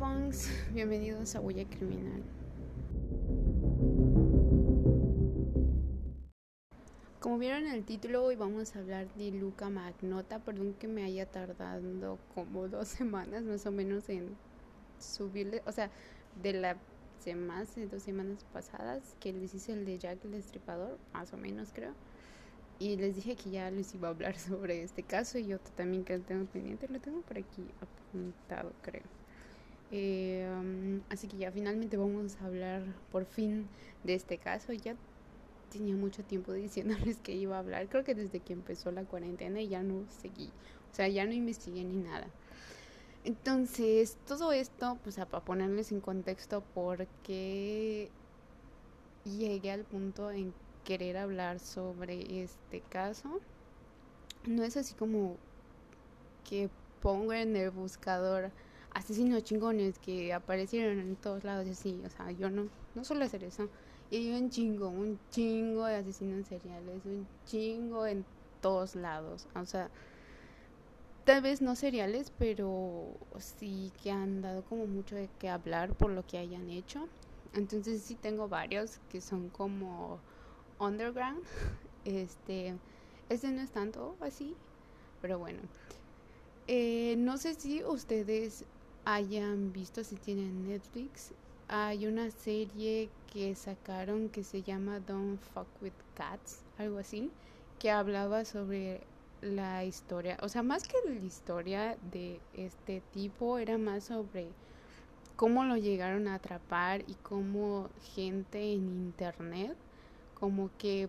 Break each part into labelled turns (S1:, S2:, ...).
S1: punks, bienvenidos a Huella Criminal. Como vieron en el título, hoy vamos a hablar de Luka Magnotta. Perdón que me haya tardado como 2 semanas más o menos en subirle, o sea, de las más de 2 semanas pasadas que les hice el de Jack el Destripador, más o menos creo. Y les dije que ya les iba a hablar sobre este caso y otro también que lo tengo pendiente, lo tengo por aquí apuntado creo. Así que ya finalmente vamos a hablar por fin de este caso. Ya tenía mucho tiempo diciéndoles que iba a hablar, creo que desde que empezó la cuarentena, y ya no seguí, o sea, ya no investigué ni nada. Entonces, todo esto, pues para ponerles en contexto por qué llegué al punto en querer hablar sobre este caso. No es así como que pongo en el buscador asesinos chingones que aparecieron en todos lados y así, o sea, yo no suelo hacer eso. Y hay un chingo de asesinos seriales, un chingo en todos lados, o sea, tal vez no seriales, pero sí que han dado como mucho de qué hablar por lo que hayan hecho. Entonces sí tengo varios que son como underground. Este no es tanto así, pero bueno. No sé si ustedes hayan visto, si tienen Netflix, hay una serie que sacaron que se llama Don't Fuck with Cats, algo así, que hablaba sobre la historia, o sea, más que la historia de este tipo, era más sobre cómo lo llegaron a atrapar y cómo gente en internet como que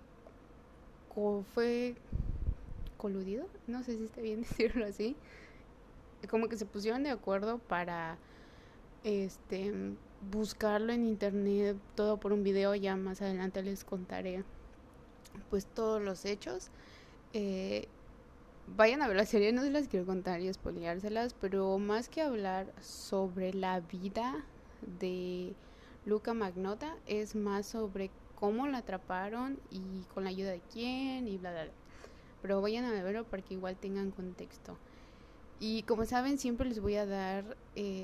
S1: fue coludido, no sé si está bien decirlo así, como que se pusieron de acuerdo para este buscarlo en internet todo por un video. Ya más adelante les contaré pues todos los hechos. eh, Vayan a ver la serie, no se las quiero contar y spoileárselas, pero más que hablar sobre la vida de Luka Magnotta, es más sobre cómo la atraparon y con la ayuda de quién y bla bla bla. Pero vayan a verlo para que igual tengan contexto. Y como saben, siempre les voy a dar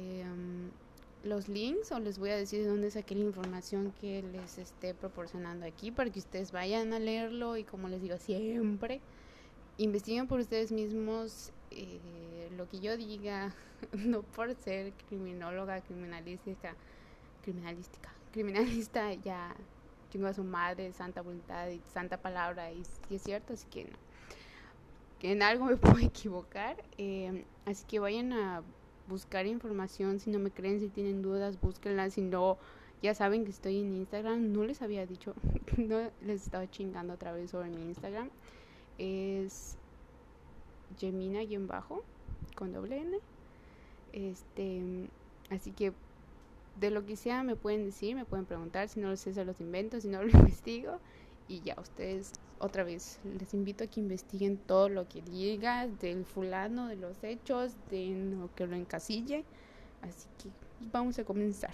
S1: los links, o les voy a decir de dónde saqué la información que les esté proporcionando aquí para que ustedes vayan a leerlo. Y como les digo siempre, investiguen por ustedes mismos. Lo que yo diga, no por ser criminóloga, criminalista, ya chingo a su madre, santa voluntad y santa palabra, y es cierto, así que no, que en algo me puedo equivocar. Así que vayan a buscar información. Si no me creen, si tienen dudas, búsquenla. Si no, ya saben que estoy en Instagram. No les había dicho, no les estaba chingando otra vez sobre mi Instagram. Es Gemina-bajo con doble N. Así que de lo que sea me pueden decir, me pueden preguntar. Si no lo sé, se los invento. Si no, lo investigo. Y ya, ustedes otra vez les invito a que investiguen todo lo que diga del fulano, de los hechos, de lo que lo encasille. Así que vamos a comenzar.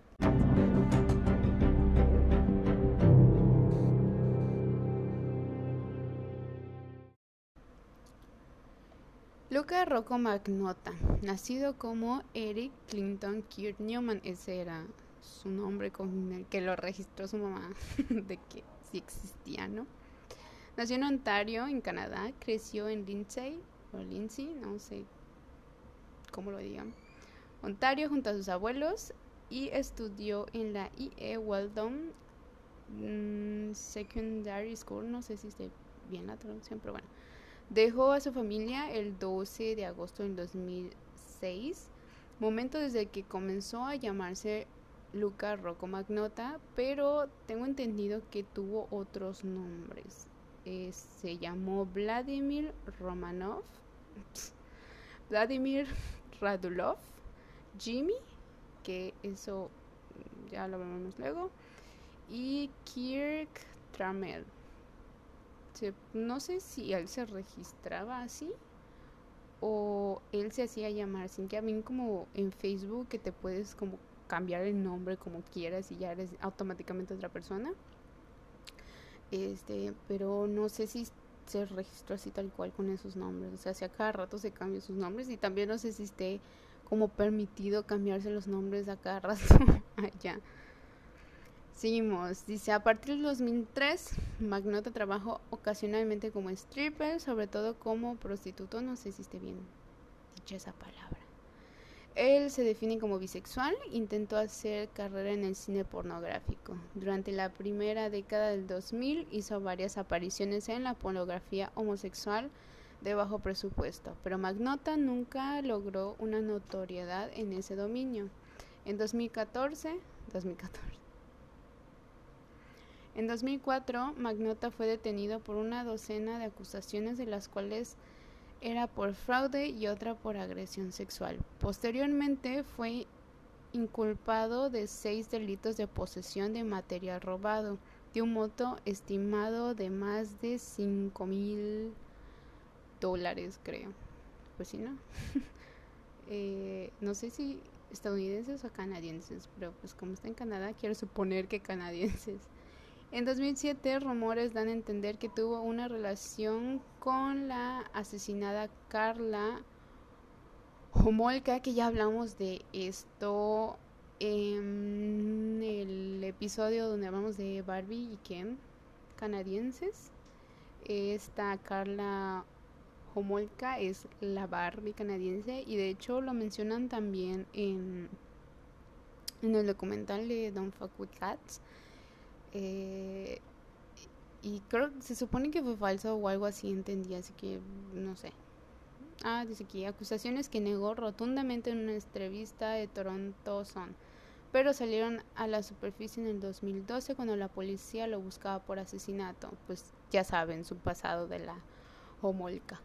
S1: Luka Rocco Magnotta, nacido como Eric Clinton Kirk Newman, ese era su nombre con el que lo registró su mamá, de que sí existía, ¿no? Nació en Ontario, en Canadá. Creció en Lindsay, no sé cómo lo digan, Ontario, junto a sus abuelos, y estudió en la E.E. Weldon Secondary School, no sé si esté bien la traducción, pero bueno. Dejó a su familia el 12 de agosto del 2006, momento desde que comenzó a llamarse Luka Rocco Magnotta, pero tengo entendido que tuvo otros nombres. Se llamó Vladimir Romanov, Vladimir Radulov, Jimmy, que eso ya lo veremos luego, y Kirk Trammell. No sé si él se registraba así o él se hacía llamar sin que, a mí como en Facebook, que te puedes como cambiar el nombre como quieras y ya eres automáticamente otra persona. Pero no sé si se registró así tal cual con esos nombres, o sea, si a cada rato se cambian sus nombres. Y también no sé si esté como permitido cambiarse los nombres a cada rato allá. Seguimos, dice, a partir del 2003, Magnota trabajó ocasionalmente como stripper, sobre todo como prostituto, no sé si esté bien dicha esa palabra. Él se define como bisexual, intentó hacer carrera en el cine pornográfico. Durante la primera década del 2000 hizo varias apariciones en la pornografía homosexual de bajo presupuesto, pero Magnota nunca logró una notoriedad en ese dominio. En 2014, en 2004, Magnota fue detenido por una docena de acusaciones, de las cuales era por fraude y otra por agresión sexual. Posteriormente fue inculpado de 6 delitos de posesión de material robado, de un monto estimado de más de $5,000, creo. Pues sí, ¿no? No sé si estadounidenses o canadienses, pero pues como está en Canadá, quiero suponer que canadienses. En 2007, rumores dan a entender que tuvo una relación con la asesinada Karla Homolka, que ya hablamos de esto en el episodio donde hablamos de Barbie y Ken canadienses. Esta Karla Homolka es la Barbie canadiense, y de hecho lo mencionan también en el documental de Don't Fuck With Cats. Y creo que se supone que fue falso o algo así, entendí, así que no sé. Dice aquí, acusaciones que negó rotundamente en una entrevista de Toronto Sun, pero salieron a la superficie en el 2012 cuando la policía lo buscaba por asesinato. Pues ya saben, su pasado de la Homolka.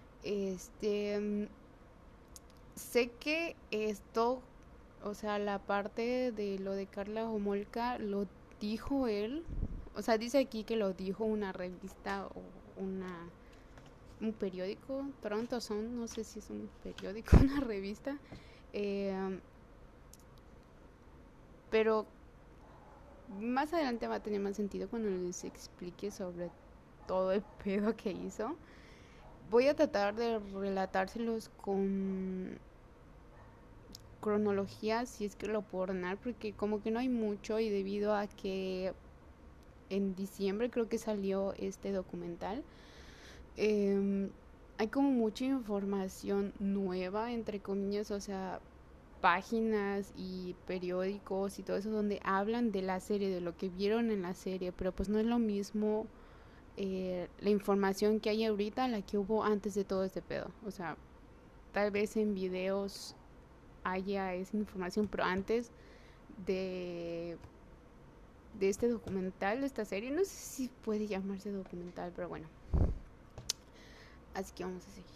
S1: Sé que esto, o sea, la parte de lo de Karla Homolka lo dijo él. O sea, dice aquí que lo dijo una revista o un periódico, Toronto Sun, no sé si es un periódico, una revista, pero más adelante va a tener más sentido cuando les explique sobre todo el pedo que hizo. Voy a tratar de relatárselos con cronología, si es que lo puedo ordenar, porque como que no hay mucho, y debido a que en diciembre creo que salió este documental, hay como mucha información nueva, entre comillas, o sea, páginas y periódicos y todo eso donde hablan de la serie, de lo que vieron en la serie, pero pues no es lo mismo la información que hay ahorita a la que hubo antes de todo este pedo. O sea, tal vez en videos haya esa información, pero antes de este documental, de esta serie, no sé si puede llamarse documental, pero bueno, así que vamos a seguir.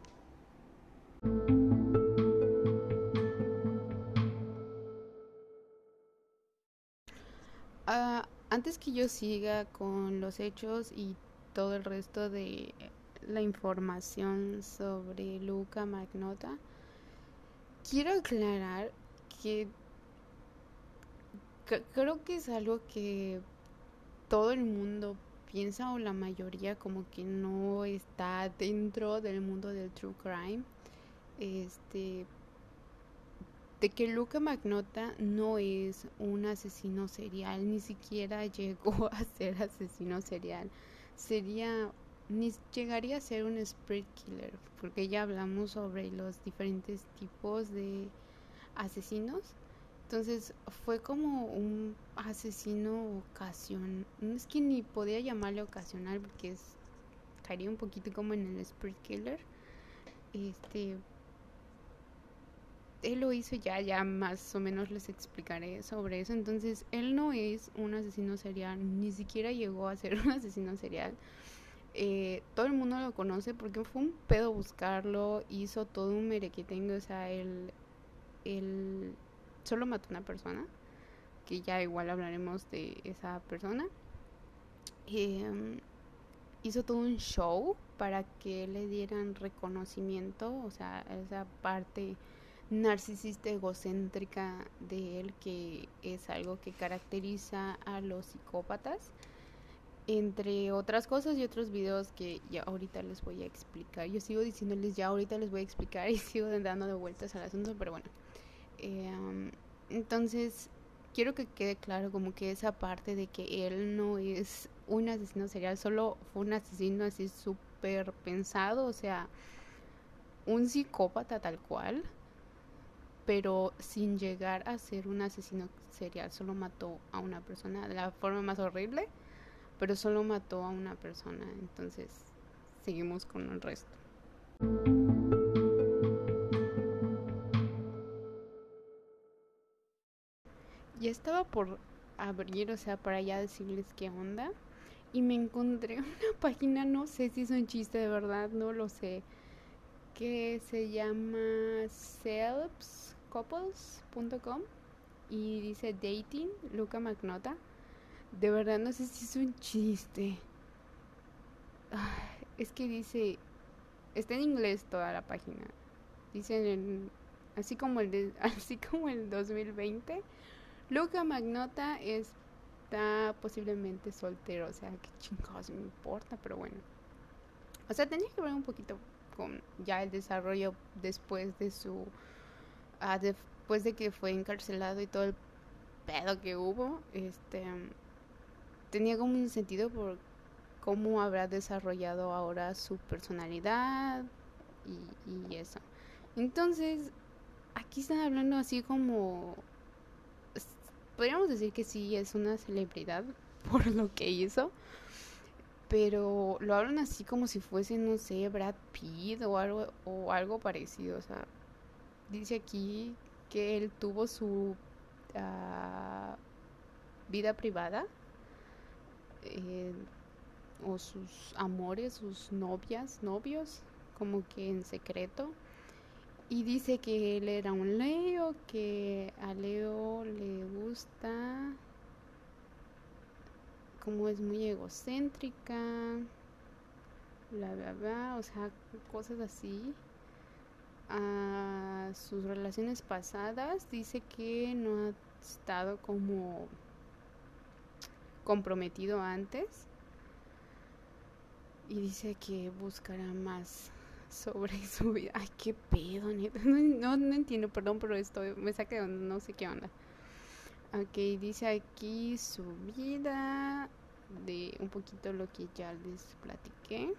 S1: Antes que yo siga con los hechos y todo el resto de la información sobre Luka Magnotta, quiero aclarar que creo que es algo que todo el mundo piensa, o la mayoría, como que no está dentro del mundo del true crime. De que Luka Magnotta no es un asesino serial, ni siquiera llegó a ser asesino serial. Ni llegaría a ser un spirit killer, porque ya hablamos sobre los diferentes tipos de asesinos. Entonces fue como un asesino ocasional. Es que ni podía llamarle ocasional, porque caería un poquito como en el spirit killer. Él lo hizo, ya más o menos les explicaré sobre eso. Entonces él no es un asesino serial, ni siquiera llegó a ser un asesino serial. Todo el mundo lo conoce porque fue un pedo buscarlo, hizo todo un merequetengue. O sea, él solo mató a una persona, que ya igual hablaremos de esa persona. Hizo todo un show para que le dieran reconocimiento, o sea, esa parte narcisista, egocéntrica de él, que es algo que caracteriza a los psicópatas. entre otras cosas y otros videos que ya ahorita les voy a explicar. Yo sigo diciéndoles ya ahorita les voy a explicar y sigo dando de vueltas al asunto, pero bueno. Entonces, quiero que quede claro como que esa parte de que él no es un asesino serial, solo fue un asesino así súper pensado, o sea, un psicópata tal cual, pero sin llegar a ser un asesino serial, solo mató a una persona de la forma más horrible, pero solo mató a una persona. Entonces, seguimos con el resto. Ya estaba por abrir, o sea, para ya decirles qué onda, y me encontré una página, no sé si es un chiste de verdad, no lo sé, que se llama celebscouples.com y dice dating Luca Magnotta. De verdad no sé si es un chiste. Es que dice, está en inglés toda la página. Dice así como así como el 2020, Luca Magnotta está posiblemente soltero, o sea, qué chingados me importa, pero bueno. O sea, tenía que ver un poquito con ya el desarrollo después de su después de que fue encarcelado y todo el pedo que hubo, tenía como un sentido por cómo habrá desarrollado ahora su personalidad y eso. Entonces, aquí están hablando así como, podríamos decir que sí es una celebridad por lo que hizo, pero lo hablan así como si fuese, no sé, Brad Pitt o algo parecido. O sea, dice aquí que él tuvo su uh, vida privada, eh, o sus amores, sus novias, novios, como que en secreto. Y dice que él era un Leo, que a Leo le gusta, como es muy egocéntrica, bla, bla, bla, o sea, cosas así. A sus relaciones pasadas dice que no ha estado como comprometido antes y dice que buscará más sobre su vida. Ay, qué pedo, neta. No entiendo, perdón, pero esto me saca de onda, no sé qué onda. Ok, dice aquí su vida, de un poquito lo que ya les platiqué.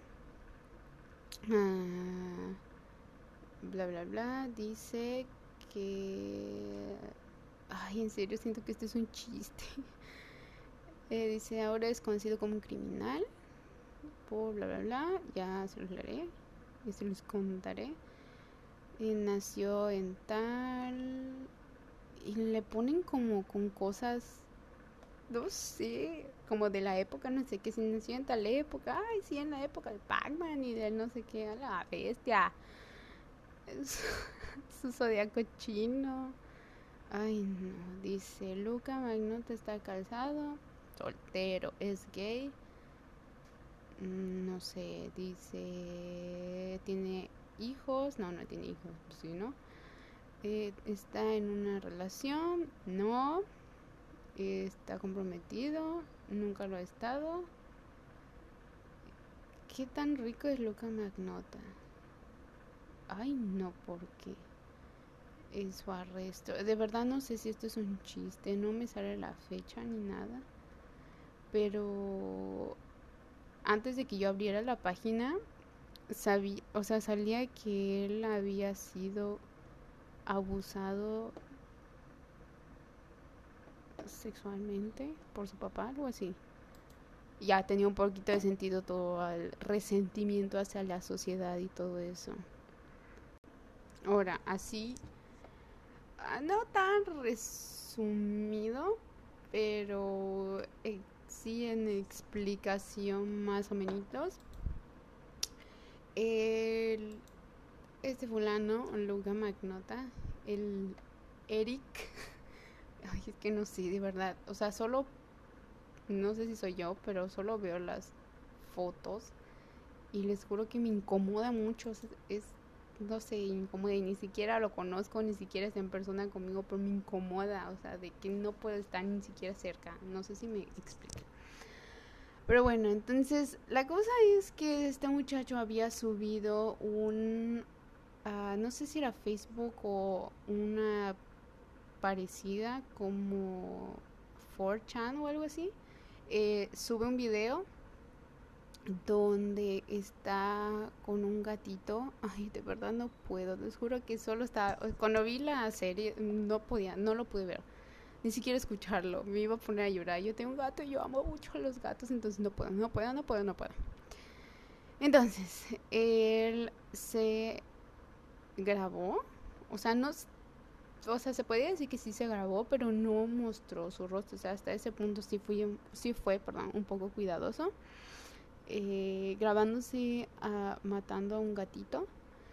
S1: Bla, bla, bla. Dice que... Ay, en serio, siento que este es un chiste. Dice, ahora es conocido como un criminal por bla, bla, bla. Ya se los leeré y se los contaré. Nació en tal... Y le ponen como con cosas, no sé, como de la época, no sé qué, si nació en tal época, ay, sí, en la época del Pac-Man y del no sé qué, a la bestia. Su zodiaco chino. Ay, no, dice Luca Magnotta está calzado, soltero, es gay. No sé, dice, tiene hijos, no tiene hijos, sí, ¿no? Está en una relación, no. Está comprometido, nunca lo ha estado. ¿Qué tan rico es Luca Magnotta? Ay, no, ¿por qué? En su arresto. De verdad no sé si esto es un chiste, no me sale la fecha ni nada. Pero antes de que yo abriera la página, o sea, salía que él había sido abusado sexualmente por su papá, algo así. Ya tenía un poquito de sentido todo el resentimiento hacia la sociedad y todo eso. Ahora, así, no tan resumido, pero sí en explicación más o menos. El, este fulano, Luca Magnotta, el Eric, ay, es que no sé, de verdad, o sea, solo, no sé si soy yo, pero solo veo las fotos y les juro que me incomoda mucho, es no sé, incomoda y ni siquiera lo conozco, ni siquiera está en persona conmigo, pero me incomoda, o sea, de que no puedo estar ni siquiera cerca, no sé si me explico. Pero bueno, entonces la cosa es que este muchacho había subido no sé si era Facebook o una parecida como 4chan o algo así. Sube un video donde está con un gatito. Ay, de verdad no puedo, les juro que solo está. Cuando vi la serie no lo pude ver, ni siquiera escucharlo. Me iba a poner a llorar. Yo tengo un gato y yo amo mucho a los gatos, entonces no puedo. Entonces, él se grabó, o sea, no, o sea, se podía decir que sí se grabó, pero no mostró su rostro. O sea, hasta ese punto sí fue, perdón, un poco cuidadoso. Grabándose matando a un gatito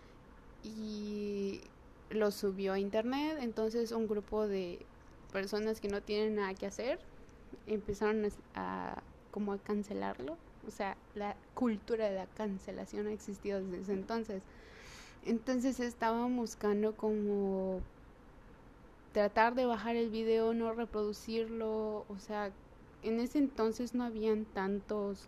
S1: y lo subió a internet. Entonces un grupo de personas que no tienen nada que hacer empezaron como a cancelarlo. O sea, la cultura de la cancelación ha existido desde ese entonces. Entonces estaban buscando como tratar de bajar el video, no reproducirlo. O sea, en ese entonces no habían tantos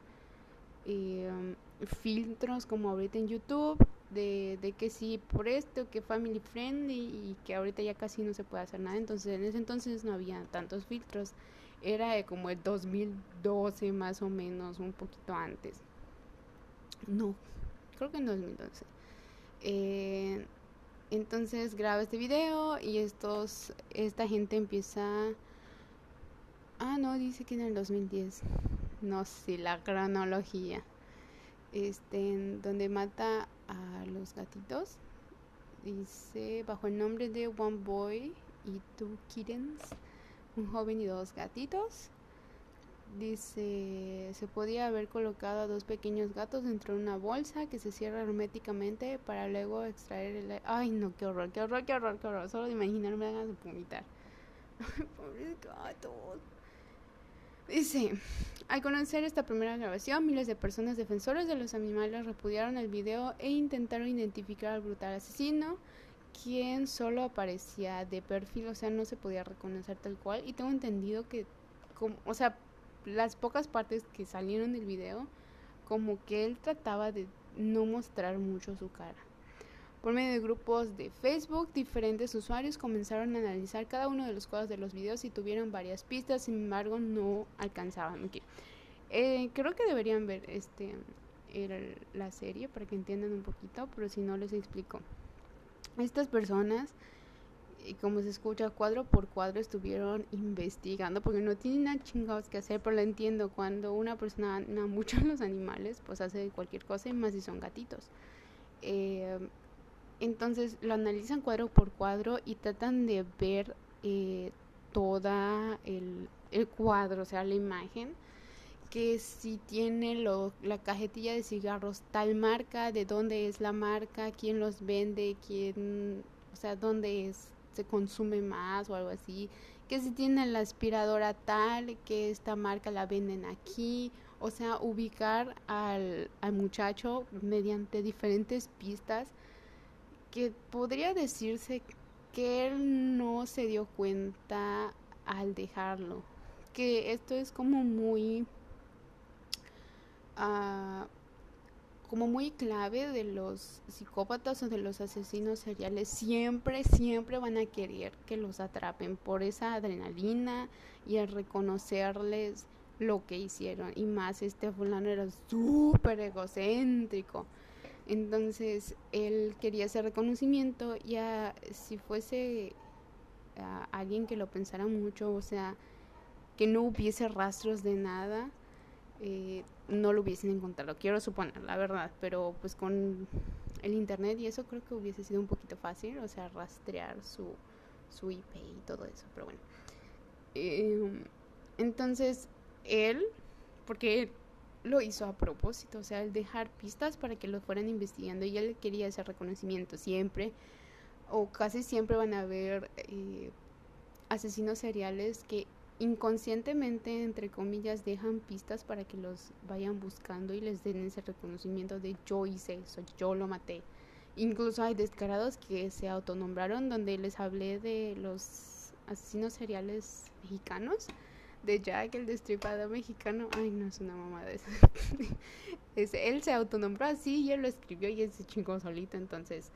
S1: filtros como ahorita en YouTube, de que sí por esto, que family friendly, y que ahorita ya casi no se puede hacer nada. Entonces en ese entonces no había tantos filtros. Era como el 2012 más o menos, un poquito antes. No, creo que en 2012. Entonces graba este video y esta gente empieza... no, dice que en el 2010. No sé, la cronología. Donde mata a los gatitos. Dice, bajo el nombre de One Boy y Two Kittens, un joven y dos gatitos. Dice, se podía haber colocado a dos pequeños gatos dentro de una bolsa que se cierra herméticamente para luego extraer el... Ay, no, qué horror. Solo de imaginarme me hagan vomitar. Pobres gatos. Dice, al conocer esta primera grabación, miles de personas defensores de los animales repudiaron el video e intentaron identificar al brutal asesino, quien solo aparecía de perfil. O sea, no se podía reconocer tal cual. Y tengo entendido que, o sea, las pocas partes que salieron del video, como que él trataba de no mostrar mucho su cara. Por medio de grupos de Facebook, diferentes usuarios comenzaron a analizar cada uno de los cuadros de los videos y tuvieron varias pistas. Sin embargo, no alcanzaban. Okay. Creo que deberían ver la serie para que entiendan un poquito, pero si no les explico. Estas personas, como se escucha, cuadro por cuadro estuvieron investigando, porque no tienen nada chingados que hacer, pero lo entiendo. Cuando una persona ama mucho a los animales, pues hace cualquier cosa, y más si son gatitos. Entonces lo analizan cuadro por cuadro y tratan de ver toda el cuadro, o sea, la imagen, que si tiene la cajetilla de cigarros tal marca, de dónde es la marca, quién los vende, o sea, dónde se consume más o algo así, que si tiene la aspiradora tal, que esta marca la venden aquí. O sea, ubicar al muchacho mediante diferentes pistas, que podría decirse que él no se dio cuenta al dejarlo. Que esto es como muy clave de los psicópatas o de los asesinos seriales. Siempre van a querer que los atrapen por esa adrenalina y el reconocerles lo que hicieron. Y más fulano era súper egocéntrico. Entonces él quería ese reconocimiento. Ya si fuese alguien que lo pensara mucho, o sea, que no hubiese rastros de nada, no lo hubiesen encontrado, quiero suponer, la verdad. Pero pues con el internet y eso creo que hubiese sido un poquito fácil, o sea, rastrear su IP y todo eso. Pero bueno, entonces él, porque lo hizo a propósito, o sea, el dejar pistas para que lo fueran investigando, y él quería ese reconocimiento. Siempre o casi siempre van a haber asesinos seriales que inconscientemente, entre comillas, dejan pistas para que los vayan buscando y les den ese reconocimiento de yo hice eso, yo lo maté. Incluso hay descarados que se autonombraron, donde les hablé de los asesinos seriales mexicanos, de Jack, el destripador mexicano. Ay, no, es una mamada esa. Él se autonombró así y él lo escribió y él se chingó solito, entonces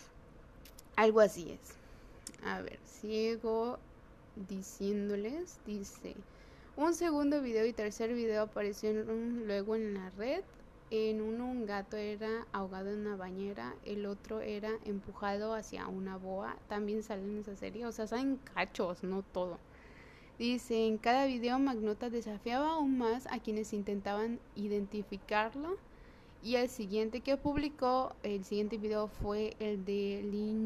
S1: algo así es. A ver, sigo diciéndoles, dice, un segundo video y tercer video aparecieron luego en la red. En uno un gato era ahogado en una bañera, el otro era empujado hacia una boa. También sale en esa serie, o sea, salen cachos, no todo. Dice, en cada video Magnota desafiaba aún más a quienes intentaban identificarlo. Y el siguiente que publicó, el siguiente video fue el de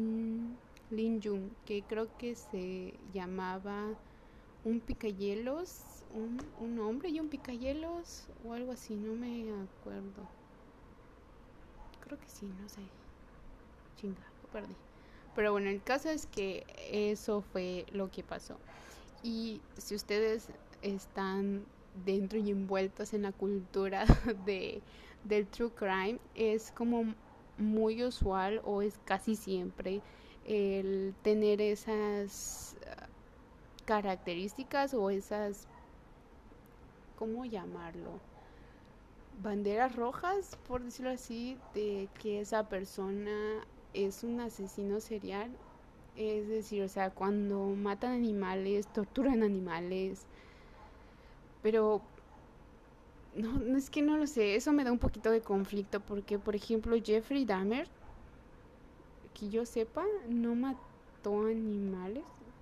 S1: Lin Jun, que creo que se llamaba un picayelos, un hombre y un picayelos o algo así, no me acuerdo. Creo que sí, no sé. Chinga, lo perdí. Pero bueno, el caso es que eso fue lo que pasó. Y si ustedes están dentro y envueltos en la cultura del true crime, es como muy usual o es casi siempre el tener esas características o esas, ¿cómo llamarlo? Banderas rojas, por decirlo así, de que esa persona es un asesino serial. Es decir, o sea, cuando matan animales, torturan animales, pero no es que no lo sé, eso me da un poquito de conflicto porque, por ejemplo, Jeffrey Dahmer, que yo sepa, no mató animales,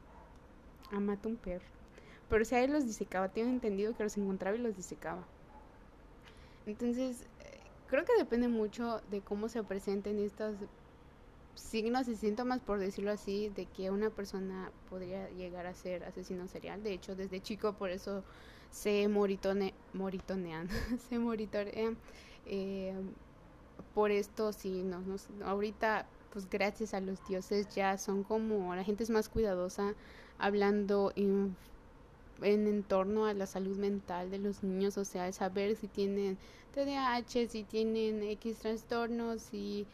S1: mató un perro, pero o sea, él los disecaba, tengo entendido que los encontraba y los disecaba. Entonces, creo que depende mucho de cómo se presenten estos signos y síntomas, por decirlo así, de que una persona podría llegar a ser asesino serial. De hecho, desde chico por eso se moritonean, se monitorean. Por esto, sí, ahorita, pues gracias a los dioses ya son como, la gente es más cuidadosa hablando en torno a la salud mental de los niños, o sea, saber si tienen TDAH, si tienen X trastornos, si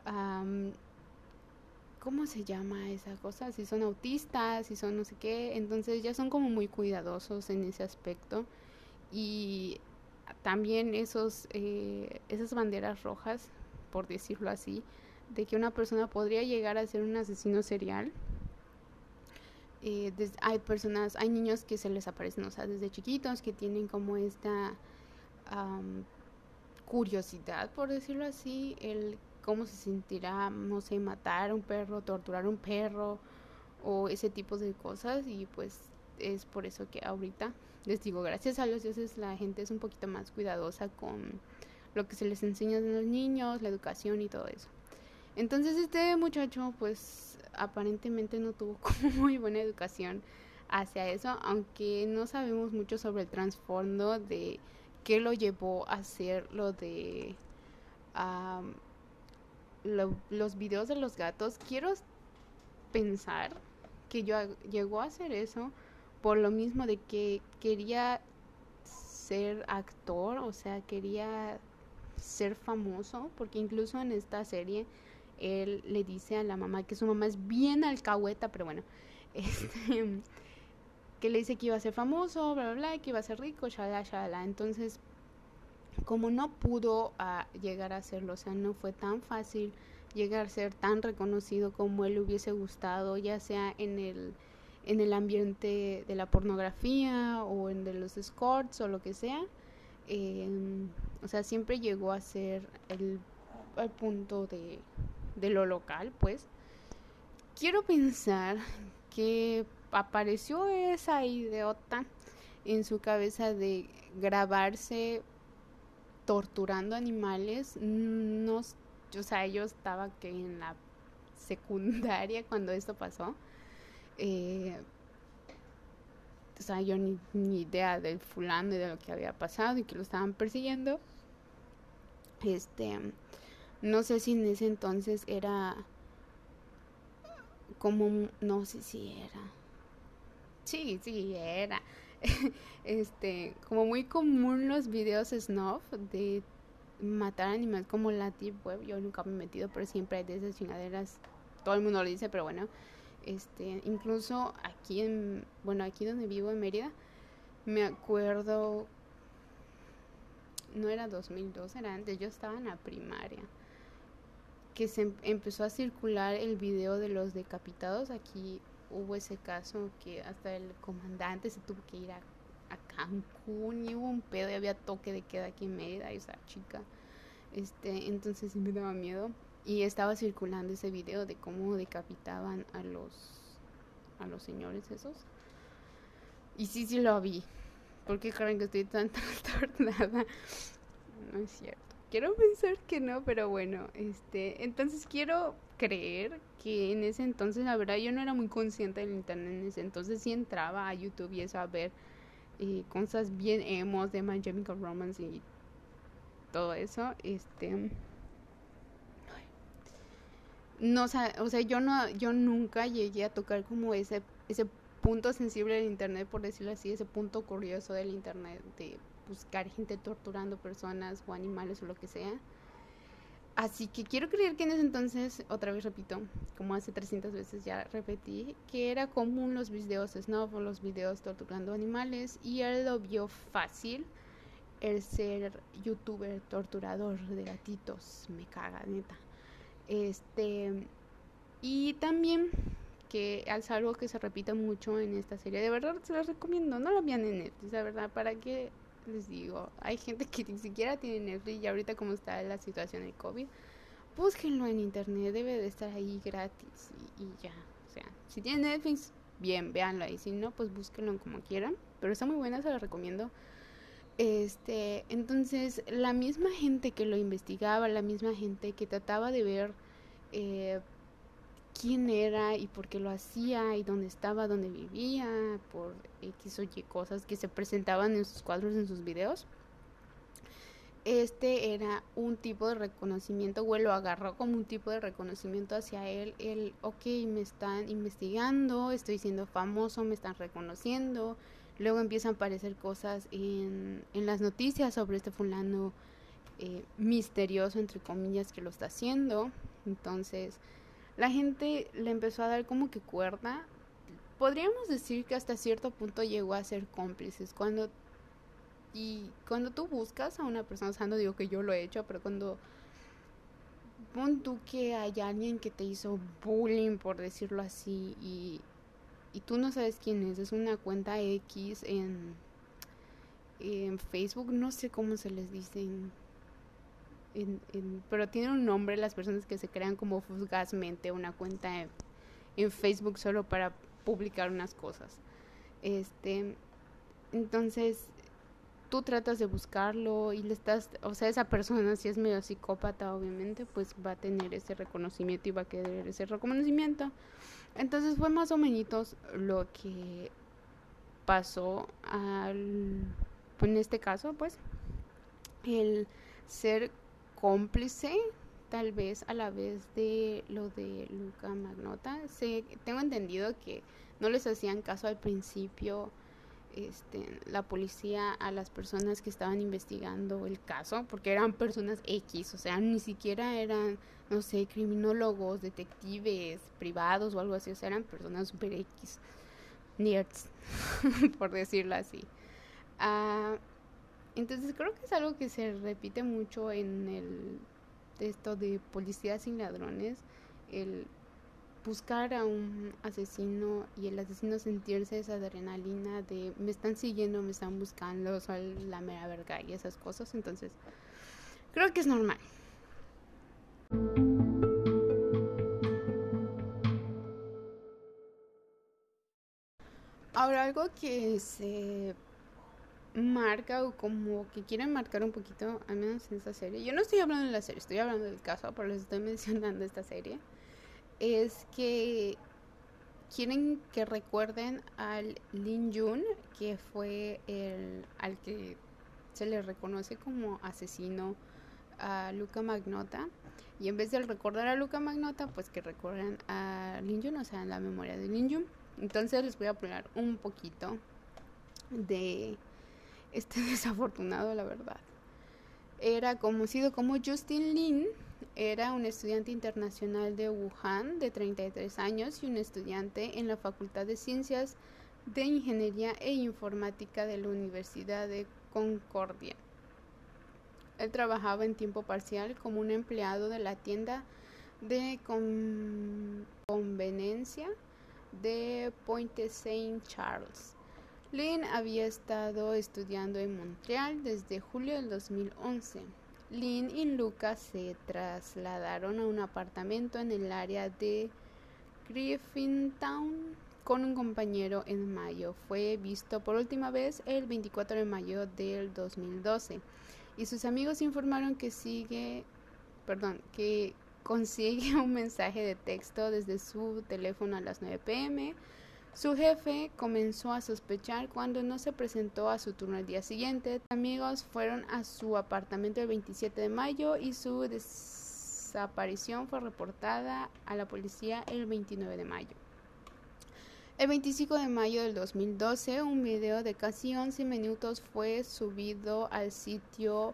S1: ¿cómo se llama esa cosa? Si son autistas, si son no sé qué, entonces ya son como muy cuidadosos en ese aspecto. Y también esas banderas rojas, por decirlo así, de que una persona podría llegar a ser un asesino serial. Hay niños que se les aparecen, o sea, desde chiquitos, que tienen como esta curiosidad, por decirlo así, el cómo se sentirá, no sé, matar a un perro, torturar a un perro o ese tipo de cosas. Y pues es por eso que ahorita les digo, gracias a los dioses la gente es un poquito más cuidadosa con lo que se les enseña a los niños, la educación y todo eso. Entonces este muchacho pues aparentemente no tuvo como muy buena educación hacia eso, aunque no sabemos mucho sobre el trasfondo de qué lo llevó a hacer lo de los videos de los gatos. Quiero pensar que yo llegó a hacer eso por lo mismo de que quería ser actor, o sea, quería ser famoso, porque incluso en esta serie él le dice a la mamá que su mamá es bien alcahueta, pero bueno, que le dice que iba a ser famoso, bla, bla, bla, que iba a ser rico, shalala, shalala. Entonces, como no pudo llegar a hacerlo, o sea, no fue tan fácil llegar a ser tan reconocido como él le hubiese gustado, ya sea en el ambiente de la pornografía o en de los escorts o lo que sea. O sea, siempre llegó a ser el punto de lo local, pues. Quiero pensar que apareció esa idiota en su cabeza de grabarse torturando animales. No, o sea, yo estaba que en la secundaria cuando esto pasó. O sea, yo ni idea del fulano y de lo que había pasado y que lo estaban persiguiendo. No sé si en ese entonces era como, no sé si era. Sí, era. Como muy común los videos snuff de matar animales como la Deep Web. Yo nunca me he metido, pero siempre hay de esas chingaderas. Todo el mundo lo dice, pero bueno. Incluso aquí aquí donde vivo en Mérida, Me acuerdo, no era 2002, era antes, yo estaba en la primaria, que se empezó a circular el video de los decapitados. Aquí hubo ese caso que hasta el comandante se tuvo que ir a Cancún y hubo un pedo y había toque de queda aquí en Mérida y esa chica. Entonces sí me daba miedo. Y estaba circulando ese video de cómo decapitaban a los señores esos. Y sí lo vi. ¿Por qué creen que estoy tan trastornada? No es cierto. Quiero pensar que no, pero bueno, entonces quiero creer que en ese entonces, la verdad, yo no era muy consciente del internet en ese entonces, sí entraba a YouTube y eso a ver cosas bien emos de My Chemical Romance y todo eso, no, o sea, yo nunca llegué a tocar como ese punto sensible del internet, por decirlo así, ese punto curioso del internet de buscar gente torturando personas o animales o lo que sea. Así que quiero creer que en ese entonces, otra vez repito, como hace 300 veces ya repetí, que era común los videos snuff o los videos torturando animales, y él lo vio fácil el ser youtuber torturador de gatitos. Me caga, neta. Y también que es algo que se repite mucho en esta serie. De verdad se los recomiendo, no lo vean en Netflix, la verdad, ¿para qué les digo? Hay gente que ni siquiera tiene Netflix y ahorita como está la situación del COVID, búsquenlo en internet, debe de estar ahí gratis y ya. O sea, si tienen Netflix, bien, véanlo ahí. Si no, pues búsquenlo como quieran. Pero está muy buena, se lo recomiendo. Entonces, la misma gente que lo investigaba, la misma gente que trataba de ver eh, quién era y por qué lo hacía y dónde estaba, dónde vivía, por X o Y cosas que se presentaban en sus cuadros, en sus videos. Era un tipo de reconocimiento, o él lo agarró como un tipo de reconocimiento hacia él. Ok, me están investigando, estoy siendo famoso, me están reconociendo. Luego empiezan a aparecer cosas en las noticias sobre este fulano misterioso, entre comillas, que lo está haciendo. Entonces, la gente le empezó a dar como que cuerda. Podríamos decir que hasta cierto punto llegó a ser cómplices. Cuando tú buscas a una persona, o sea, no digo que yo lo he hecho, pero cuando pon tú que hay alguien que te hizo bullying, por decirlo así, y tú no sabes quién es una cuenta X en Facebook, no sé cómo se les dice, pero tiene un nombre las personas que se crean como fugazmente una cuenta en Facebook solo para publicar unas cosas. Entonces tú tratas de buscarlo y le estás, o sea, esa persona, si es medio psicópata, obviamente, pues va a tener ese reconocimiento y va a querer ese reconocimiento. Entonces fue más o menos lo que pasó en este caso, pues, el ser cómplice, tal vez a la vez de lo de Luka Magnotta. Tengo entendido que no les hacían caso al principio la policía a las personas que estaban investigando el caso, porque eran personas X, o sea, ni siquiera eran, no sé, criminólogos, detectives privados o algo así, o sea, eran personas super X, nerds, por decirlo así. Entonces creo que es algo que se repite mucho en esto de policías sin ladrones, el buscar a un asesino y el asesino sentirse esa adrenalina de me están siguiendo, me están buscando, soy la mera verga y esas cosas. Entonces creo que es normal. Ahora, algo que se marca o como que quieren marcar un poquito, al menos en esta serie, yo no estoy hablando de la serie, estoy hablando del caso, pero les estoy mencionando esta serie, es que quieren que recuerden al Lin Jun, que fue al que se le reconoce como asesino a Luka Magnotta, y en vez de recordar a Luka Magnotta, pues que recuerden a Lin Jun, o sea, la memoria de Lin Jun. Entonces les voy a poner un poquito de este desafortunado, la verdad. Era conocido como Justin Lin. Era un estudiante internacional de Wuhan de 33 años y un estudiante en la Facultad de Ciencias de Ingeniería e Informática de la Universidad de Concordia. Él trabajaba en tiempo parcial como un empleado de la tienda de conveniencia de Pointe Saint Charles. Lynn había estado estudiando en Montreal desde julio del 2011. Lynn y Lucas se trasladaron a un apartamento en el área de Griffintown con un compañero en mayo. Fue visto por última vez el 24 de mayo del 2012 y sus amigos informaron que consigue un mensaje de texto desde su teléfono a las 9 p.m. Su jefe comenzó a sospechar cuando no se presentó a su turno el día siguiente. Los amigos fueron a su apartamento el 27 de mayo y su desaparición fue reportada a la policía el 29 de mayo. El 25 de mayo del 2012, un video de casi 11 minutos fue subido al sitio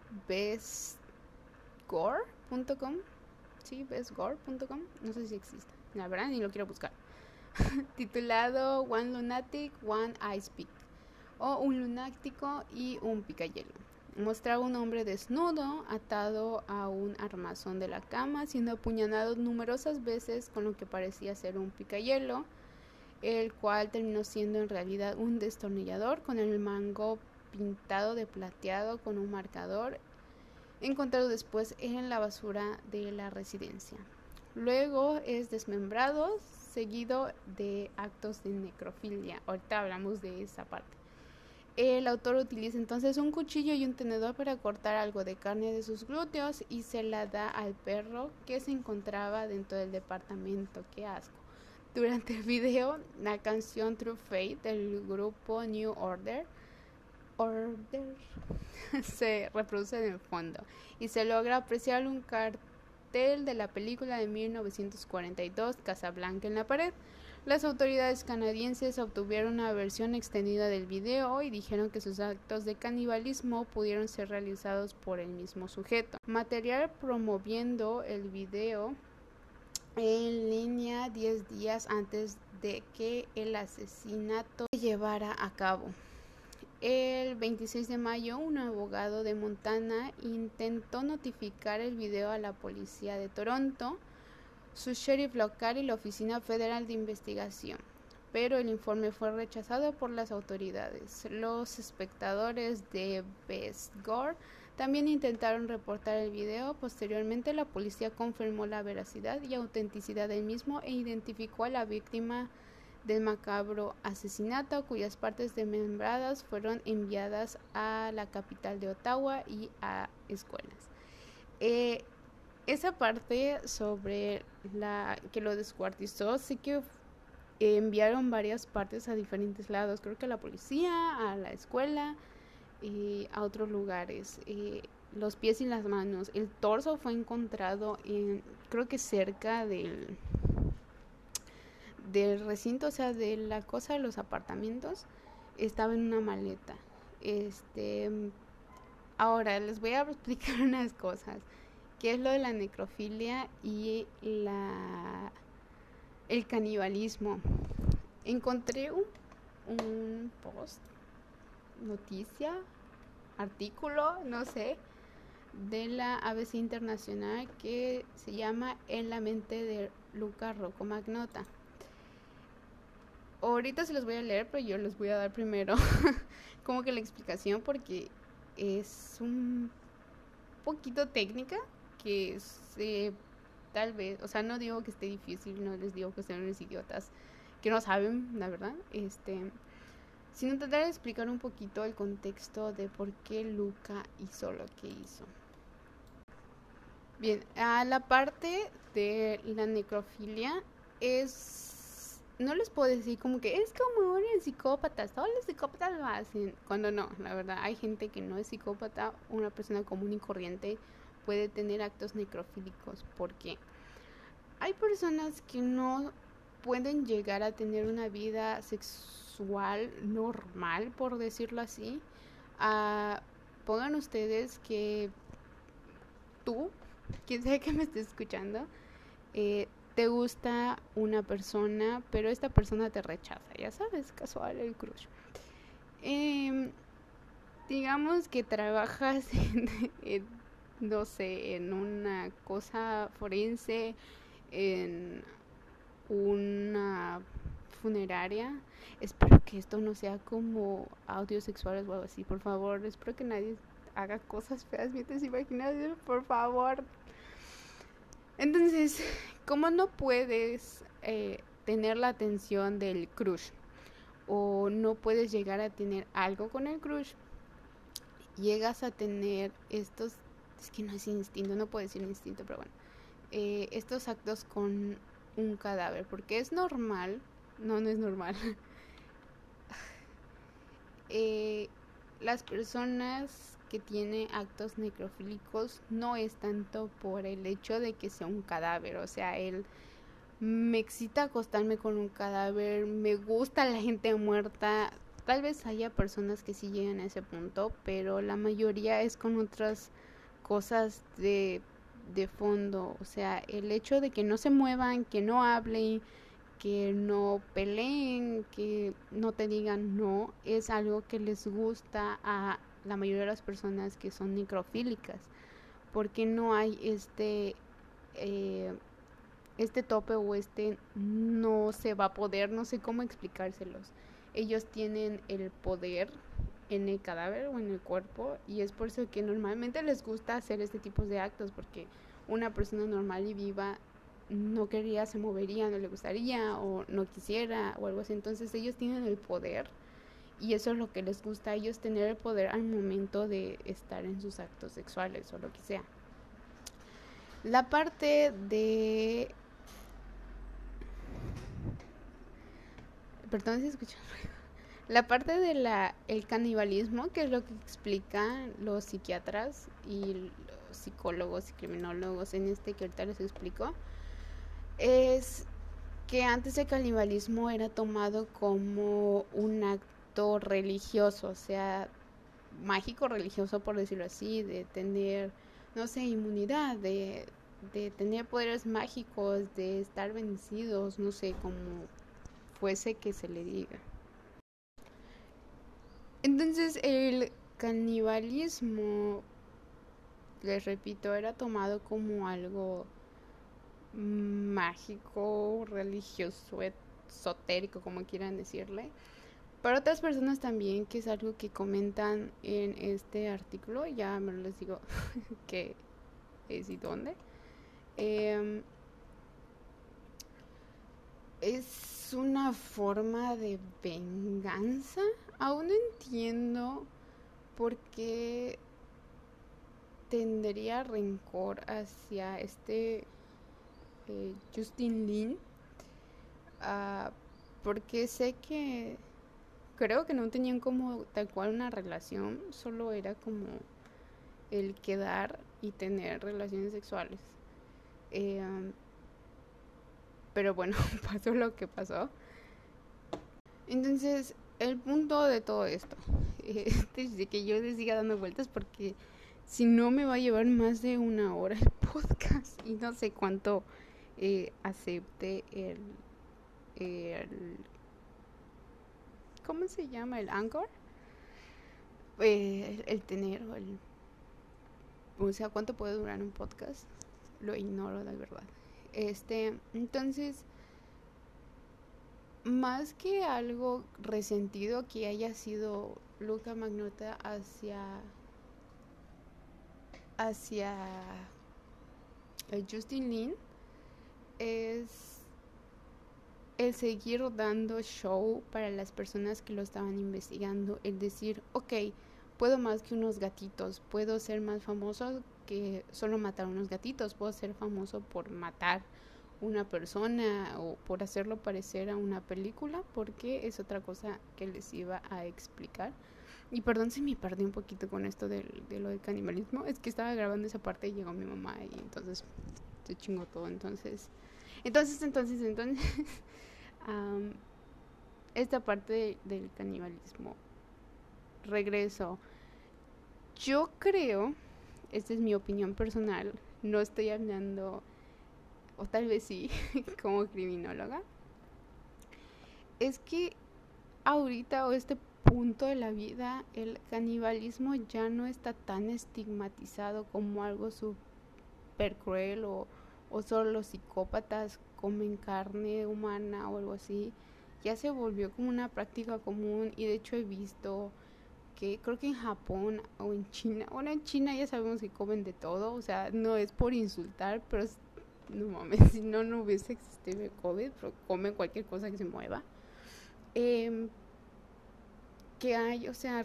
S1: bestgore.com. Sí, bestgore.com. No sé si existe. La verdad, ni lo quiero buscar. Titulado One Lunatic, One Ice Pick, o un lunático y un picayelo. Mostraba un hombre desnudo atado a un armazón de la cama, siendo apuñalado numerosas veces con lo que parecía ser un picayelo, el cual terminó siendo en realidad un destornillador con el mango pintado de plateado con un marcador, encontrado después en la basura de la residencia. Luego es desmembrado, seguido de actos de necrofilia. Ahorita hablamos de esa parte. El autor utiliza entonces un cuchillo y un tenedor para cortar algo de carne de sus glúteos y se la da al perro que se encontraba dentro del departamento. ¡Qué asco! Durante el video, la canción True Fate del grupo New Order se reproduce en el fondo y se logra apreciar un cartel de la película de 1942 Casablanca en la pared. Las autoridades canadienses obtuvieron una versión extendida del video y dijeron que sus actos de canibalismo pudieron ser realizados por el mismo sujeto. Material promoviendo el video en línea 10 días antes de que el asesinato se llevara a cabo. El 26 de mayo, un abogado de Montana intentó notificar el video a la policía de Toronto, su sheriff local y la Oficina Federal de Investigación, pero el informe fue rechazado por las autoridades. Los espectadores de Bestgore también intentaron reportar el video. Posteriormente, la policía confirmó la veracidad y autenticidad del mismo e identificó a la víctima del macabro asesinato, cuyas partes desmembradas fueron enviadas a la capital de Ottawa y a escuelas. Esa parte sobre que lo descuartizó, sí que enviaron varias partes a diferentes lados, creo que a la policía, a la escuela y a otros lugares. Los pies y las manos, el torso fue encontrado creo que cerca del recinto, o sea, de la cosa de los apartamentos, estaba en una maleta. Ahora les voy a explicar unas cosas. ¿Qué es lo de la necrofilia y el canibalismo? Encontré un post, noticia, artículo, no sé, de la ABC Internacional que se llama En la mente de Luca Rocco Magnotta. Ahorita se los voy a leer, pero yo les voy a dar primero como que la explicación, porque es un poquito técnica, que tal vez, o sea, no digo que esté difícil, no les digo que sean unos idiotas que no saben, la verdad, sino tratar de explicar un poquito el contexto de por qué Luca hizo lo que hizo. Bien, a la parte de la necrofilia no les puedo decir como que es como un psicópata, todos los psicópatas lo hacen, cuando no, la verdad, hay gente que no es psicópata, una persona común y corriente puede tener actos necrofílicos, porque hay personas que no pueden llegar a tener una vida sexual normal, por decirlo así. Pongan ustedes que tú, quien sea que me esté escuchando, te gusta una persona, pero esta persona te rechaza, ya sabes, casual, el crush. Digamos que trabajas no sé, en una cosa forense, en una funeraria. Espero que esto no sea como audios sexuales o algo así, por favor. Espero que nadie haga cosas feas mientras imaginas, por favor. Entonces, como no puedes tener la atención del crush o no puedes llegar a tener algo con el crush, llegas a tener estos, es que no es instinto, no puedo decir instinto, pero bueno, estos actos con un cadáver, porque es normal, no es normal. Las personas que tienen actos necrofílicos no es tanto por el hecho de que sea un cadáver, o sea, me excita acostarme con un cadáver, me gusta la gente muerta. Tal vez haya personas que sí llegan a ese punto, pero la mayoría es con otras cosas de fondo. O sea, el hecho de que no se muevan, que no hablen, que no peleen, que no te digan no, es algo que les gusta a la mayoría de las personas que son necrofílicas. Porque no hay este tope o no se va a poder, no sé cómo explicárselos. Ellos tienen el poder en el cadáver o en el cuerpo y es por eso que normalmente les gusta hacer este tipo de actos, porque una persona normal y viva no quería, se movería, no le gustaría o no quisiera o algo así. Entonces ellos tienen el poder y eso es lo que les gusta a ellos, tener el poder al momento de estar en sus actos sexuales o lo que sea. La parte de... Perdón si escuchan ruido. La parte de el canibalismo, que es lo que explican los psiquiatras y los psicólogos y criminólogos en que ahorita les explico, es que antes el canibalismo era tomado como un acto religioso, o sea, mágico religioso por decirlo así, de tener, no sé, inmunidad, de tener poderes mágicos, de estar bendecidos, no sé, como fuese que se le diga. Entonces el canibalismo, les repito, era tomado como algo mágico, religioso, esotérico, como quieran decirle. Para otras personas también, que es algo que comentan en este artículo, ya me lo les digo que es y dónde. Es una forma de venganza. Aún no entiendo por qué tendría rencor hacia Justin Lin, porque sé que creo que no tenían como tal cual una relación, solo era como el quedar y tener relaciones sexuales. Pero bueno, pasó lo que pasó. Entonces, el punto de todo esto es de que yo les siga dando vueltas, porque si no me va a llevar más de 1 hora el podcast y no sé cuánto acepte el ¿cómo se llama? El Anchor, el tener o sea, cuánto puede durar un podcast. Lo ignoro, la verdad. Entonces, más que algo resentido que haya sido Luka Magnotta hacia el Justin Lin, es el seguir dando show para las personas que lo estaban investigando, el decir, ok, puedo más que unos gatitos, puedo ser más famoso que solo matar unos gatitos, puedo ser famoso por matar una persona o por hacerlo parecer a una película, porque es otra cosa que les iba a explicar. Y perdón si me perdí un poquito con esto de lo del canibalismo, es que estaba grabando esa parte y llegó mi mamá y entonces se chingó todo. Entonces esta parte del canibalismo, regreso. Yo creo, esta es mi opinión personal, no estoy hablando o tal vez sí, como criminóloga, es que ahorita o este punto de la vida el canibalismo ya no está tan estigmatizado como algo súper cruel o solo los psicópatas comen carne humana o algo así. Ya se volvió como una práctica común y de hecho he visto que creo que en Japón o en China, bueno, en China ya sabemos que comen de todo, o sea, no es por insultar, pero no mames, si no, no hubiese existido el COVID, pero comen cualquier cosa que se mueva. Eh, que hay, o sea,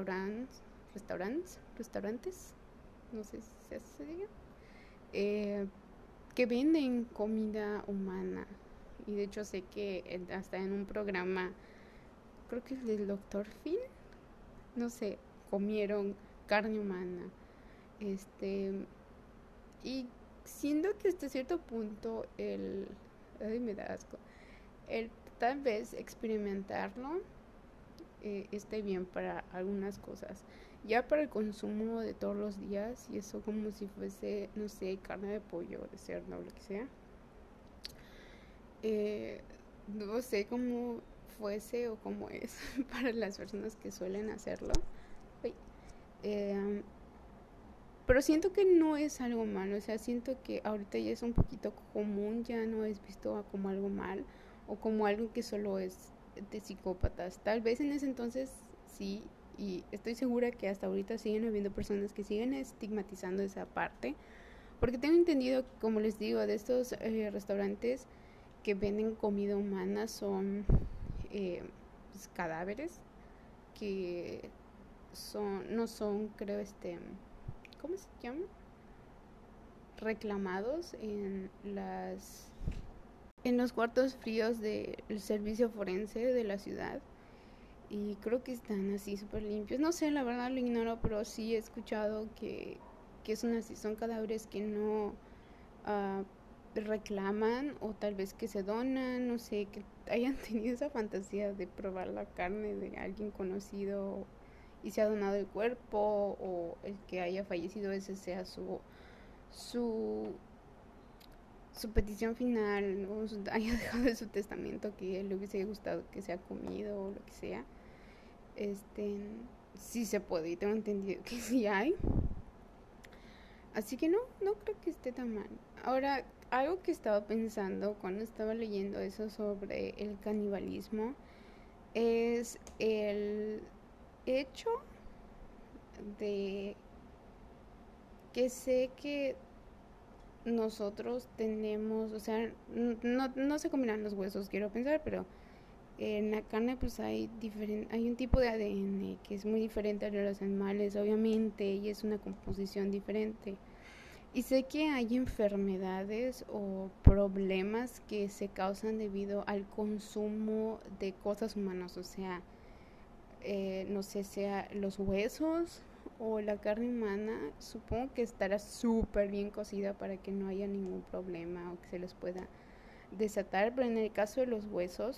S1: restaurantes, no sé si así se diga, eh, que venden comida humana. Y de hecho sé que hasta en un programa, creo que es del Doctor Phil, no sé, comieron carne humana. Este, y siendo que hasta cierto punto ay, me da asco, el tal vez experimentarlo esté bien para algunas cosas. Ya para el consumo de todos los días, y eso como si fuese, no sé, carne de pollo, de cerdo, lo que sea. Eh, no sé cómo fuese o cómo es para las personas que suelen hacerlo. Eh, pero siento que no es algo malo, o sea, siento que ahorita ya es un poquito común, ya no es visto como algo mal o como algo que solo es de psicópatas. Tal vez en ese entonces sí, y estoy segura que hasta ahorita siguen habiendo personas que siguen estigmatizando esa parte, porque tengo entendido, como les digo, de estos restaurantes que venden comida humana son pues, cadáveres que no son, creo, ¿cómo se llama? Reclamados en los cuartos fríos del servicio forense de la ciudad y creo que están así súper limpios. No sé, la verdad lo ignoro, pero sí he escuchado que son así, son cadáveres que no reclaman o tal vez que se donan, no sé, que hayan tenido esa fantasía de probar la carne de alguien conocido y se ha donado el cuerpo o el que haya fallecido ese sea su, su petición final, ¿no? Haya dejado de su testamento que le hubiese gustado que sea comido o lo que sea. Este, sí se puede y tengo entendido que sí hay. Así que no, no creo que esté tan mal. Ahora, algo que estaba pensando cuando estaba leyendo eso sobre el canibalismo es el hecho de que sé que nosotros tenemos, o sea, no se combinan los huesos, quiero pensar, pero en la carne pues hay un tipo de ADN que es muy diferente al de los animales, obviamente, y es una composición diferente. Y sé que hay enfermedades o problemas que se causan debido al consumo de cosas humanas, o sea, no sé, sea los huesos o la carne humana, supongo que estará súper bien cocida para que no haya ningún problema o que se les pueda desatar, pero en el caso de los huesos,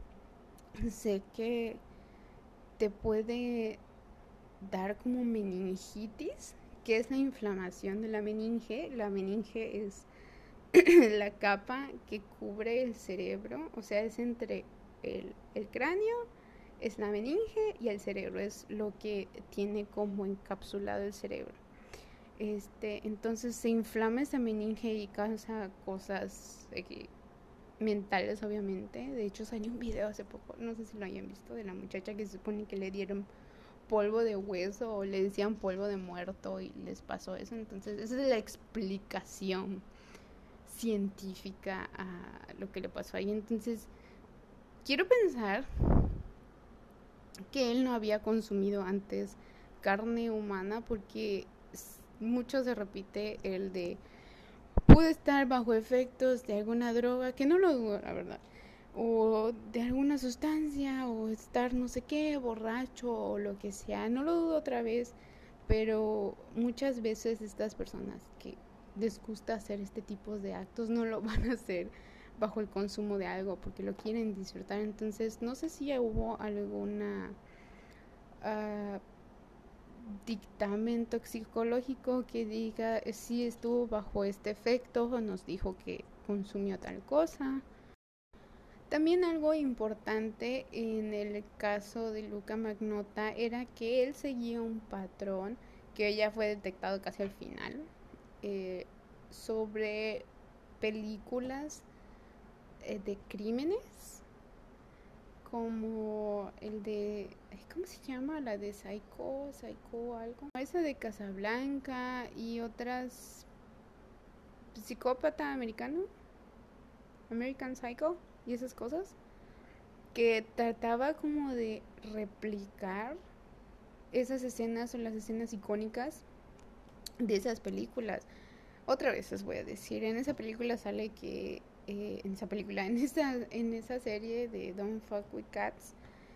S1: sé que te puede dar como meningitis, que es la inflamación de la meninge. La meninge es la capa que cubre el cerebro, o sea, es entre el cráneo, es la meninge y el cerebro, es lo que tiene como encapsulado el cerebro. Entonces se inflama esa meninge y causa cosas mentales, obviamente. De hecho, salió un video hace poco, no sé si lo hayan visto, de la muchacha que se supone que le dieron polvo de hueso o le decían polvo de muerto y les pasó eso. Entonces, esa es la explicación científica a lo que le pasó ahí. Entonces, quiero pensar que él no había consumido antes carne humana porque mucho se repite el de pude estar bajo efectos de alguna droga, que no lo dudo, la verdad, o de alguna sustancia, o estar no sé qué, borracho, o lo que sea, no lo dudo otra vez, pero muchas veces estas personas que les gusta hacer este tipo de actos no lo van a hacer bajo el consumo de algo, porque lo quieren disfrutar. Entonces, no sé si hubo alguna dictamen toxicológico que diga si estuvo bajo este efecto o nos dijo que consumió tal cosa. También algo importante en el caso de Luka Magnotta era que él seguía un patrón que ya fue detectado casi al final, eh, sobre películas de crímenes, como el de, ¿cómo se llama? La de Psycho algo. Esa de Casablanca y otras, psicópata americano, American Psycho y esas cosas, que trataba como de replicar esas escenas o las escenas icónicas de esas películas. Otra vez les voy a decir, en esa película sale que en esa serie de Don't Fuck With Cats,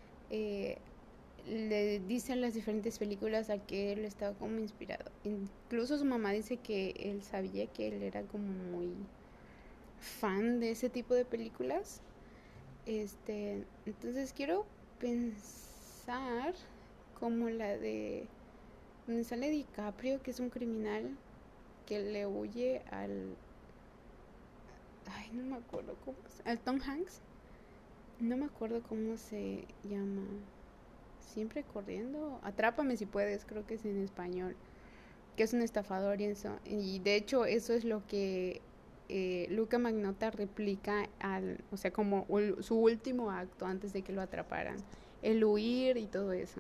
S1: le dicen las diferentes películas a que él estaba como inspirado. Incluso su mamá dice que él sabía que él era como muy fan de ese tipo de películas. Entonces quiero pensar como la de donde sale DiCaprio, que es un criminal que le huye no me acuerdo al Tom Hanks. No me acuerdo cómo se llama. Siempre corriendo. Atrápame si puedes, creo que es en español. Que es un estafador y eso. Y de hecho eso es lo que Luka Magnotta replica o sea, como su último acto antes de que lo atraparan. El huir y todo eso.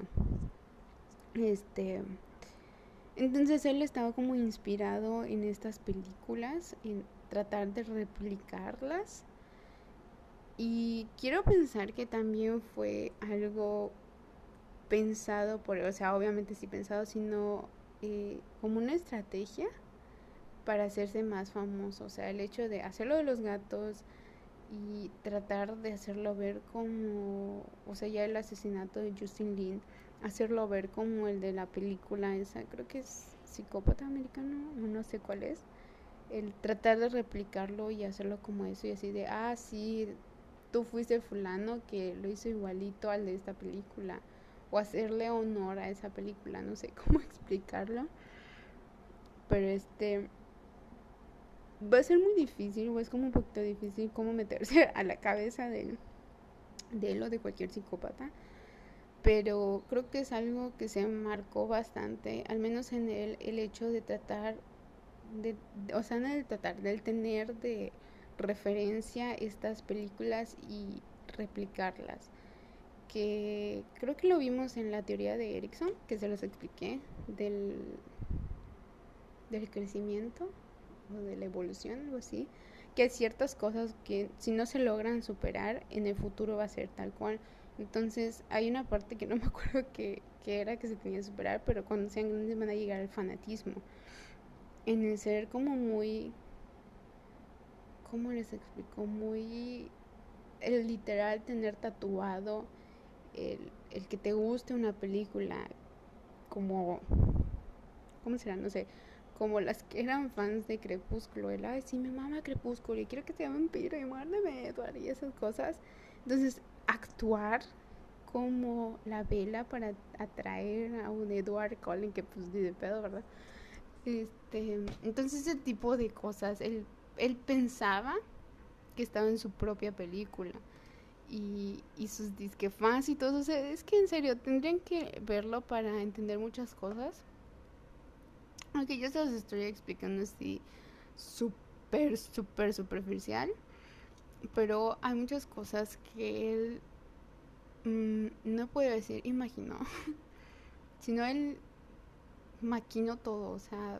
S1: Entonces él estaba como inspirado en estas películas, en tratar de replicarlas. Y quiero pensar que también fue algo pensado o sea, obviamente sí pensado, sino como una estrategia para hacerse más famoso. O sea, el hecho de hacerlo de los gatos y tratar de hacerlo ver como, o sea, ya el asesinato de Justin Lin, hacerlo ver como el de la película esa, creo que es Psicópata Americano, no sé cuál es, el tratar de replicarlo y hacerlo como eso y así de, sí, tú fuiste fulano que lo hizo igualito al de esta película, o hacerle honor a esa película, no sé cómo explicarlo, pero va a ser muy difícil, o es como un poquito difícil como meterse a la cabeza de él o de cualquier psicópata, pero creo que es algo que se marcó bastante, al menos en él, el hecho de tratar o sea, no de tratar, del tener de referencia estas películas y replicarlas, que creo que lo vimos en la teoría de Erickson, que se los expliqué, del crecimiento o de la evolución, algo así, que hay ciertas cosas que si no se logran superar, en el futuro va a ser tal cual. Entonces hay una parte que no me acuerdo que era que se tenía que superar, pero cuando sean grandes van a llegar al fanatismo, en el ser como muy, ¿cómo les explico? Muy, el literal tener tatuado el que te guste una película, como, ¿cómo será? No sé, como las que eran fans de Crepúsculo, ay, sí, me mama Crepúsculo y quiero que sea vampiro y muérdeme, Edward, y esas cosas. Entonces, actuar como la vela para atraer a un Edward Cullen, que pues ni de pedo, ¿verdad? Entonces ese tipo de cosas, él pensaba que estaba en su propia película y sus disque fans y todo, o sea, es que en serio tendrían que verlo para entender muchas cosas, aunque yo se los estoy explicando así súper superficial, pero hay muchas cosas que él no puede decir imaginó, sino él maquinó todo, o sea,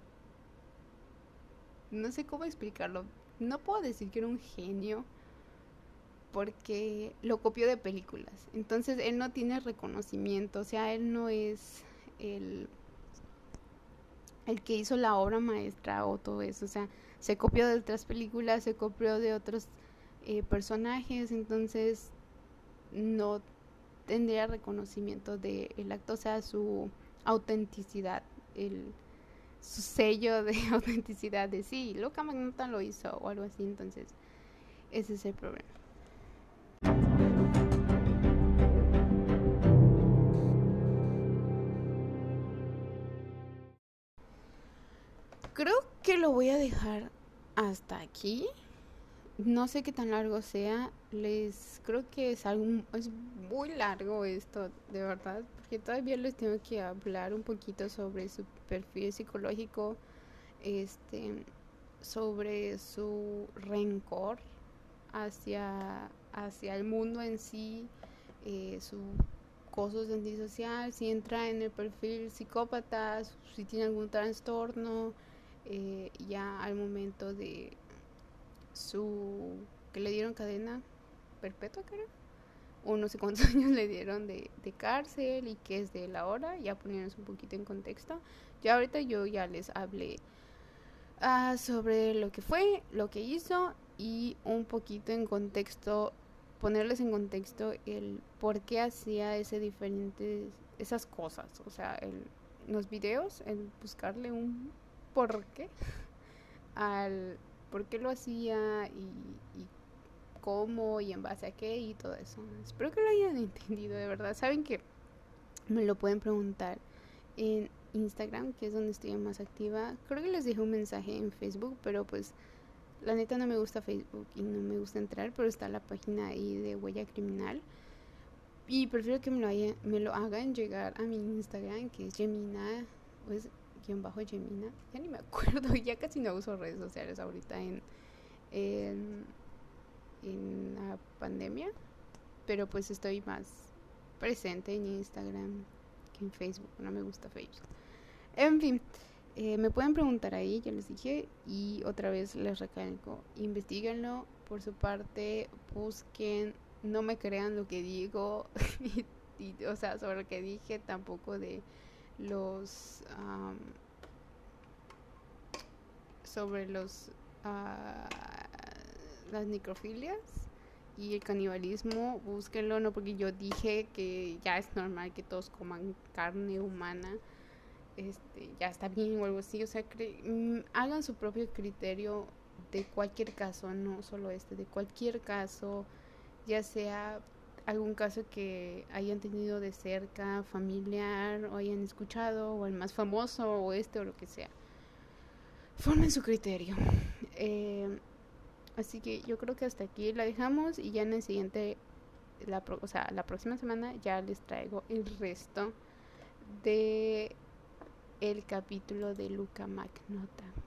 S1: no sé cómo explicarlo. No puedo decir que era un genio porque lo copió de películas. Entonces él no tiene reconocimiento, o sea, él no es el, el que hizo la obra maestra o todo eso. O sea, se copió de otras películas, se copió de otros personajes, entonces no tendría reconocimiento del acto, o sea, su autenticidad, su sello de autenticidad de sí, Luka Magnotta lo hizo o algo así, entonces ese es el problema. que lo voy a dejar hasta aquí. No sé qué tan largo sea. Creo que es muy largo esto, de verdad, porque todavía les tengo que hablar un poquito sobre su perfil psicológico, este, sobre su rencor hacia el mundo en sí, su cosas antisocial, si entra en el perfil psicópata, si tiene algún trastorno, ya al momento de su que le dieron cadena perpetua, creo, o no sé cuántos años le dieron de cárcel y qué es de él ahora, ya poniéndonos un poquito en contexto. Ya ahorita yo ya les hablé sobre lo que fue, lo que hizo y un poquito en contexto, ponerles en contexto el por qué hacía esas cosas, o sea, los videos, el buscarle un por qué al por qué lo hacía y cómo y en base a qué y todo eso. Espero que lo hayan entendido, de verdad. Saben que me lo pueden preguntar en Instagram, que es donde estoy más activa. Creo que les dejé un mensaje en Facebook, pero pues la neta no me gusta Facebook y no me gusta entrar, pero está la página ahí de Huella Criminal. Y prefiero que me lo hagan llegar a mi Instagram, que es Gemina, pues guión bajo Gemina. Ya ni me acuerdo, ya casi no uso redes sociales ahorita en, en la pandemia, pero pues estoy más presente en Instagram que en Facebook. No me gusta Facebook. En fin, me pueden preguntar ahí, ya les dije, y otra vez les recalco, investiguenlo por su parte, busquen, no me crean lo que digo, o sea, sobre lo que dije, tampoco de los, sobre las necrofilias y el canibalismo, búsquenlo, no porque yo dije que ya es normal que todos coman carne humana, ya está bien o algo así, o sea, hagan su propio criterio de cualquier caso, no solo de cualquier caso, ya sea algún caso que hayan tenido de cerca, familiar, o hayan escuchado, o el más famoso, o o lo que sea. Formen su criterio. Así que yo creo que hasta aquí la dejamos y ya en el siguiente, o sea, la próxima semana ya les traigo el resto de el capítulo de Luca Magnotta.